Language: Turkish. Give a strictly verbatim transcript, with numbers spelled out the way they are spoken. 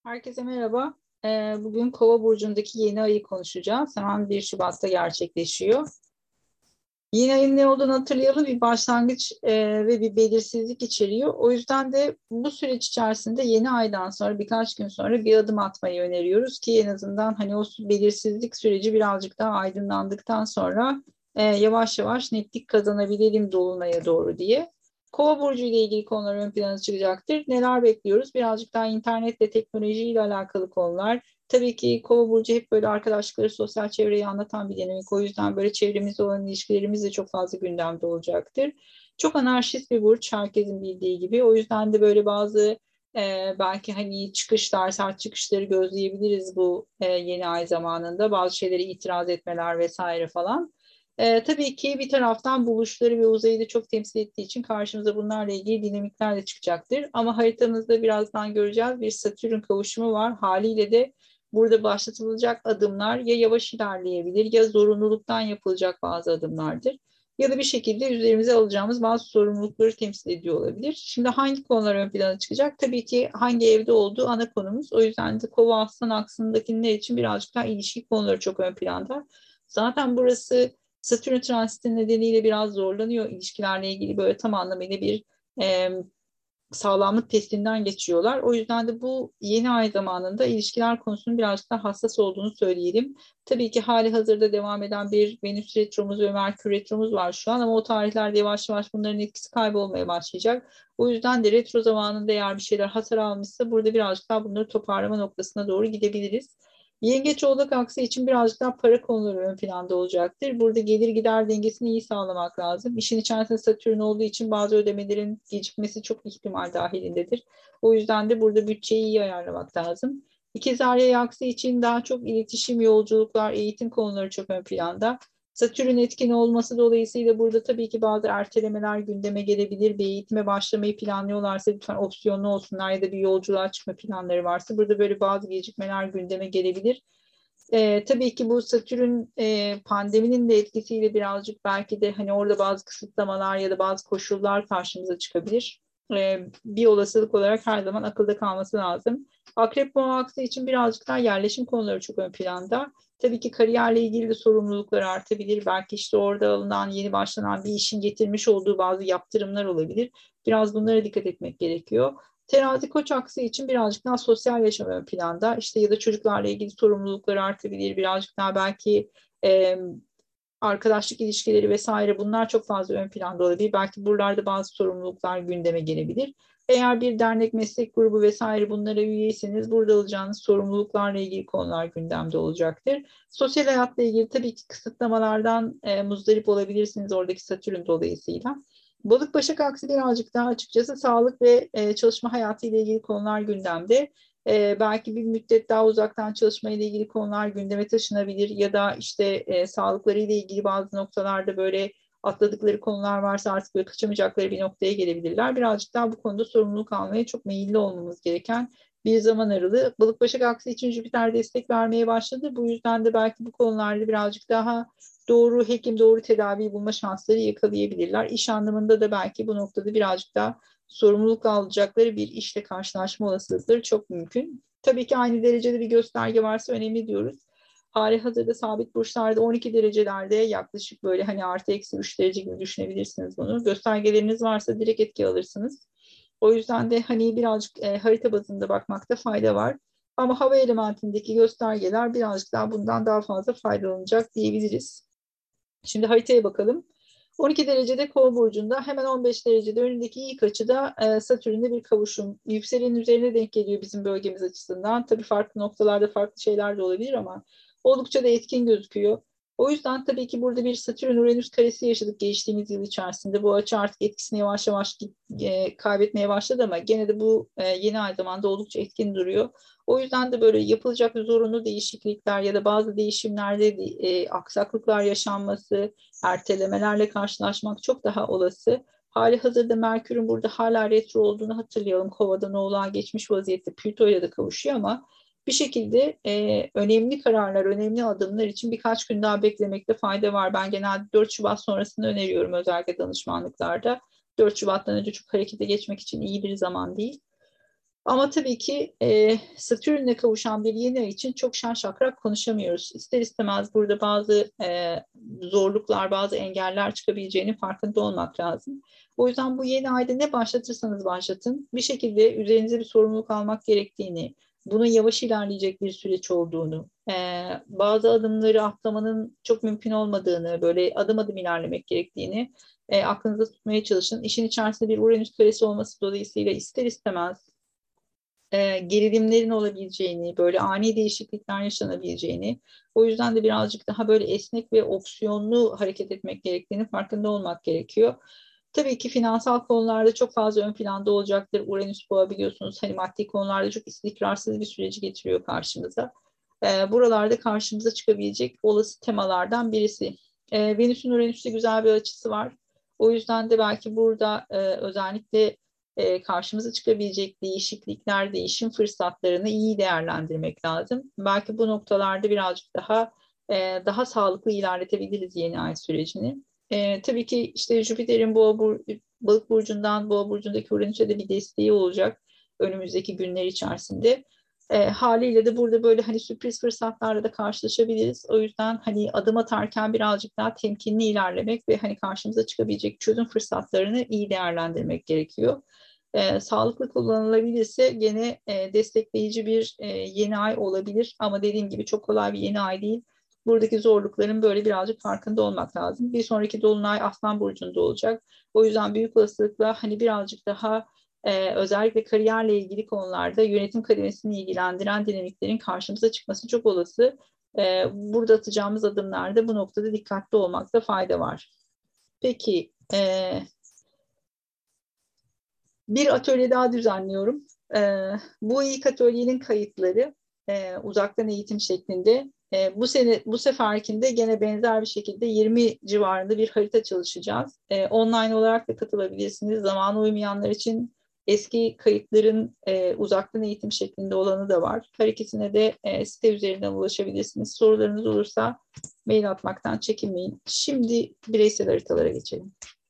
Herkese merhaba. Ee, bugün Kova burcundaki yeni ayı konuşacağız. Hemen bir Şubat'ta gerçekleşiyor. Yeni ayın ne olduğunu hatırlayalım. Bir başlangıç e, ve bir belirsizlik içeriyor. O yüzden de bu süreç içerisinde yeni aydan sonra birkaç gün sonra bir adım atmayı öneriyoruz ki en azından hani o belirsizlik süreci birazcık daha aydınlandıktan sonra e, yavaş yavaş netlik kazanabilelim dolunaya doğru diye. Kova burcu ile ilgili konular ön plana çıkacaktır. Neler bekliyoruz? Birazcık daha internetle, teknolojiyle alakalı konular. Tabii ki Kova burcu hep böyle arkadaşlıkları, sosyal çevreyi anlatan bir dinamik. O yüzden böyle çevremizde olan ilişkilerimiz de çok fazla gündemde olacaktır. Çok anarşist bir burç, herkesin bildiği gibi. O yüzden de böyle bazı e, belki hani çıkışlar, sert çıkışları gözleyebiliriz bu e, yeni ay zamanında. Bazı şeylere itiraz etmeler vesaire falan. E, tabii ki bir taraftan buluşları ve uzayı da çok temsil ettiği için karşımıza bunlarla ilgili dinamikler de çıkacaktır. Ama haritamızda birazdan göreceğiz bir Satürn kavuşumu var. Haliyle de burada başlatılacak adımlar ya yavaş ilerleyebilir ya zorunluluktan yapılacak bazı adımlardır. Ya da bir şekilde üzerimize alacağımız bazı sorumlulukları temsil ediyor olabilir. Şimdi hangi konular ön plana çıkacak? Tabii ki hangi evde olduğu ana konumuz. O yüzden de Kova Aslan aksındakiler için birazcık daha ilişki konuları çok ön planda. Zaten burası Satürn transiti nedeniyle biraz zorlanıyor ilişkilerle ilgili böyle tam anlamıyla bir e, sağlamlık testinden geçiyorlar. O yüzden de bu yeni ay zamanında ilişkiler konusunun birazcık daha hassas olduğunu söyleyelim. Tabii ki hali hazırda devam eden bir Venüs retromuz ve Merkür retromuz var şu an ama o tarihlerde yavaş yavaş bunların etkisi kaybolmaya başlayacak. O yüzden de retro zamanında eğer bir şeyler hasar almışsa burada birazcık daha bunları toparlama noktasına doğru gidebiliriz. Yengeç Oğlak Aksi için birazcık daha para konuları ön planda olacaktır. Burada gelir gider dengesini iyi sağlamak lazım. İşin içerisinde Satürn olduğu için bazı ödemelerin gecikmesi çok ihtimal dahilindedir. O yüzden de burada bütçeyi iyi ayarlamak lazım. İkizler Yay aksi için daha çok iletişim, yolculuklar, eğitim konuları çok ön planda. Satürn etkin olması dolayısıyla burada tabii ki bazı ertelemeler gündeme gelebilir. Bir eğitime başlamayı planlıyorlarsa lütfen opsiyonlu olsunlar ya da bir yolculuğa çıkma planları varsa burada böyle bazı gecikmeler gündeme gelebilir. Ee, tabii ki bu Satürn e, pandeminin de etkisiyle birazcık belki de hani orada bazı kısıtlamalar ya da bazı koşullar karşımıza çıkabilir. Ee, bir olasılık olarak her zaman akılda kalması lazım. Akrep Boğa aksi için birazcık daha yerleşim konuları çok ön planda. Tabii ki kariyerle ilgili de sorumluluklar artabilir. Belki işte orada alınan yeni başlanan bir işin getirmiş olduğu bazı yaptırımlar olabilir. Biraz bunlara dikkat etmek gerekiyor. Terazi Koç aksi için birazcık daha sosyal yaşam ön planda. İşte ya da çocuklarla ilgili sorumluluklar artabilir. Birazcık daha belki e, arkadaşlık ilişkileri vesaire bunlar çok fazla ön planda olabilir. Belki buralarda bazı sorumluluklar gündeme gelebilir. Eğer bir dernek, meslek grubu vesaire bunlara üyeyseniz burada alacağınız sorumluluklarla ilgili konular gündemde olacaktır. Sosyal hayatla ilgili tabii ki kısıtlamalardan e, muzdarip olabilirsiniz oradaki Satürn dolayısıyla. Balık Başak aksi birazcık daha açıkçası sağlık ve e, çalışma hayatı ile ilgili konular gündemde. E, belki bir müddet daha uzaktan çalışma ile ilgili konular gündeme taşınabilir ya da işte e, sağlıkları ile ilgili bazı noktalarda böyle atladıkları konular varsa artık böyle kaçamayacakları bir noktaya gelebilirler. Birazcık daha bu konuda sorumluluk almaya çok meyilli olmamız gereken bir zaman aralığı. Balık Başak aksi için Jüpiter destek vermeye başladı. Bu yüzden de belki bu konularda birazcık daha doğru hekim, doğru tedavi bulma şansları yakalayabilirler. İş anlamında da belki bu noktada birazcık daha sorumluluk alacakları bir işle karşılaşma olasılıkları çok mümkün. Tabii ki aynı derecede bir gösterge varsa önemli diyoruz. Hali hazırda sabit burçlarda on iki derecelerde yaklaşık böyle hani artı eksi üç derece gibi düşünebilirsiniz bunu. Göstergeleriniz varsa direkt etki alırsınız. O yüzden de hani birazcık e, harita bazında bakmakta fayda var. Ama hava elementindeki göstergeler birazcık daha bundan daha fazla faydalanacak diyebiliriz. Şimdi haritaya bakalım. on iki derecede Kova burcunda hemen on beş derecede önündeki ilk açıda e, Satürn'de bir kavuşum. Yükselenin üzerine denk geliyor bizim bölgemiz açısından. Tabii farklı noktalarda farklı şeyler de olabilir ama oldukça da etkin gözüküyor. O yüzden tabii ki burada bir Satürn-Uranüs karesi yaşadık geçtiğimiz yıl içerisinde. Bu açı artık etkisini yavaş yavaş e, kaybetmeye başladı ama gene de bu e, yeni ay zamanda oldukça etkin duruyor. O yüzden de böyle yapılacak zorunlu değişiklikler ya da bazı değişimlerde e, aksaklıklar yaşanması, ertelemelerle karşılaşmak çok daha olası. Hali hazırda Merkür'ün burada hala retro olduğunu hatırlayalım. Kova'dan Oğlak'a geçmiş vaziyette Plüto'yla da kavuşuyor ama bir şekilde e, önemli kararlar, önemli adımlar için birkaç gün daha beklemekte fayda var. Ben genelde dört Şubat sonrasını öneriyorum özellikle danışmanlıklarda. dört Şubat'tan önce çok harekete geçmek için iyi bir zaman değil. Ama tabii ki e, Satürn'le kavuşan bir yeni ay için çok şen şakrak konuşamıyoruz. İster istemez burada bazı e, zorluklar, bazı engeller çıkabileceğinin farkında olmak lazım. O yüzden bu yeni ayda ne başlatırsanız başlatın, bir şekilde üzerinize bir sorumluluk almak gerektiğini, bunun yavaş ilerleyecek bir süreç olduğunu, e, bazı adımları atlamanın çok mümkün olmadığını, böyle adım adım ilerlemek gerektiğini e, aklınızda tutmaya çalışın. İşin içerisinde bir Uranüs karesi olması dolayısıyla ister istemez e, gerilimlerin olabileceğini, böyle ani değişiklikler yaşanabileceğini, o yüzden de birazcık daha böyle esnek ve opsiyonlu hareket etmek gerektiğini farkında olmak gerekiyor. Tabii ki finansal konularda çok fazla ön planda olacaktır. Uranüs boğa biliyorsunuz hani maddi konularda çok istikrarsız bir süreci getiriyor karşımıza. E, buralarda karşımıza çıkabilecek olası temalardan birisi. E, Venüs'ün Uranüs'te güzel bir açısı var. O yüzden de belki burada e, özellikle e, karşımıza çıkabilecek değişiklikler, değişim fırsatlarını iyi değerlendirmek lazım. Belki bu noktalarda birazcık daha e, daha sağlıklı ilerletebiliriz yeni ay sürecini. E, tabii ki işte Jüpiter'in Boğa bur Balık burcundan Boğa burcundaki Uranüs'e de bir desteği olacak önümüzdeki günler içerisinde. E, haliyle de burada böyle hani sürpriz fırsatlarla da karşılaşabiliriz. O yüzden hani adım atarken birazcık daha temkinli ilerlemek ve hani karşımıza çıkabilecek çözüm fırsatlarını iyi değerlendirmek gerekiyor. E, sağlıklı kullanılabilirse gene e, destekleyici bir e, yeni ay olabilir. Ama dediğim gibi çok kolay bir yeni ay değil. Buradaki zorlukların böyle birazcık farkında olmak lazım. Bir sonraki dolunay Aslan Burcu'nda olacak. O yüzden büyük olasılıkla hani birazcık daha e, özellikle kariyerle ilgili konularda yönetim kademesini ilgilendiren dinamiklerin karşımıza çıkması çok olası. E, burada atacağımız adımlarda bu noktada dikkatli olmakta fayda var. Peki, e, bir atölye daha düzenliyorum. Ee, bu ilk atölyenin kayıtları e, uzaktan eğitim şeklinde. E, bu sene bu seferkinde gene benzer bir şekilde yirmi civarında bir harita çalışacağız. E, online olarak da katılabilirsiniz. Zamana uymayanlar için eski kayıtların e, uzaktan eğitim şeklinde olanı da var. Her ikisine de e, site üzerinden ulaşabilirsiniz. Sorularınız olursa mail atmaktan çekinmeyin. Şimdi bireysel haritalara geçelim.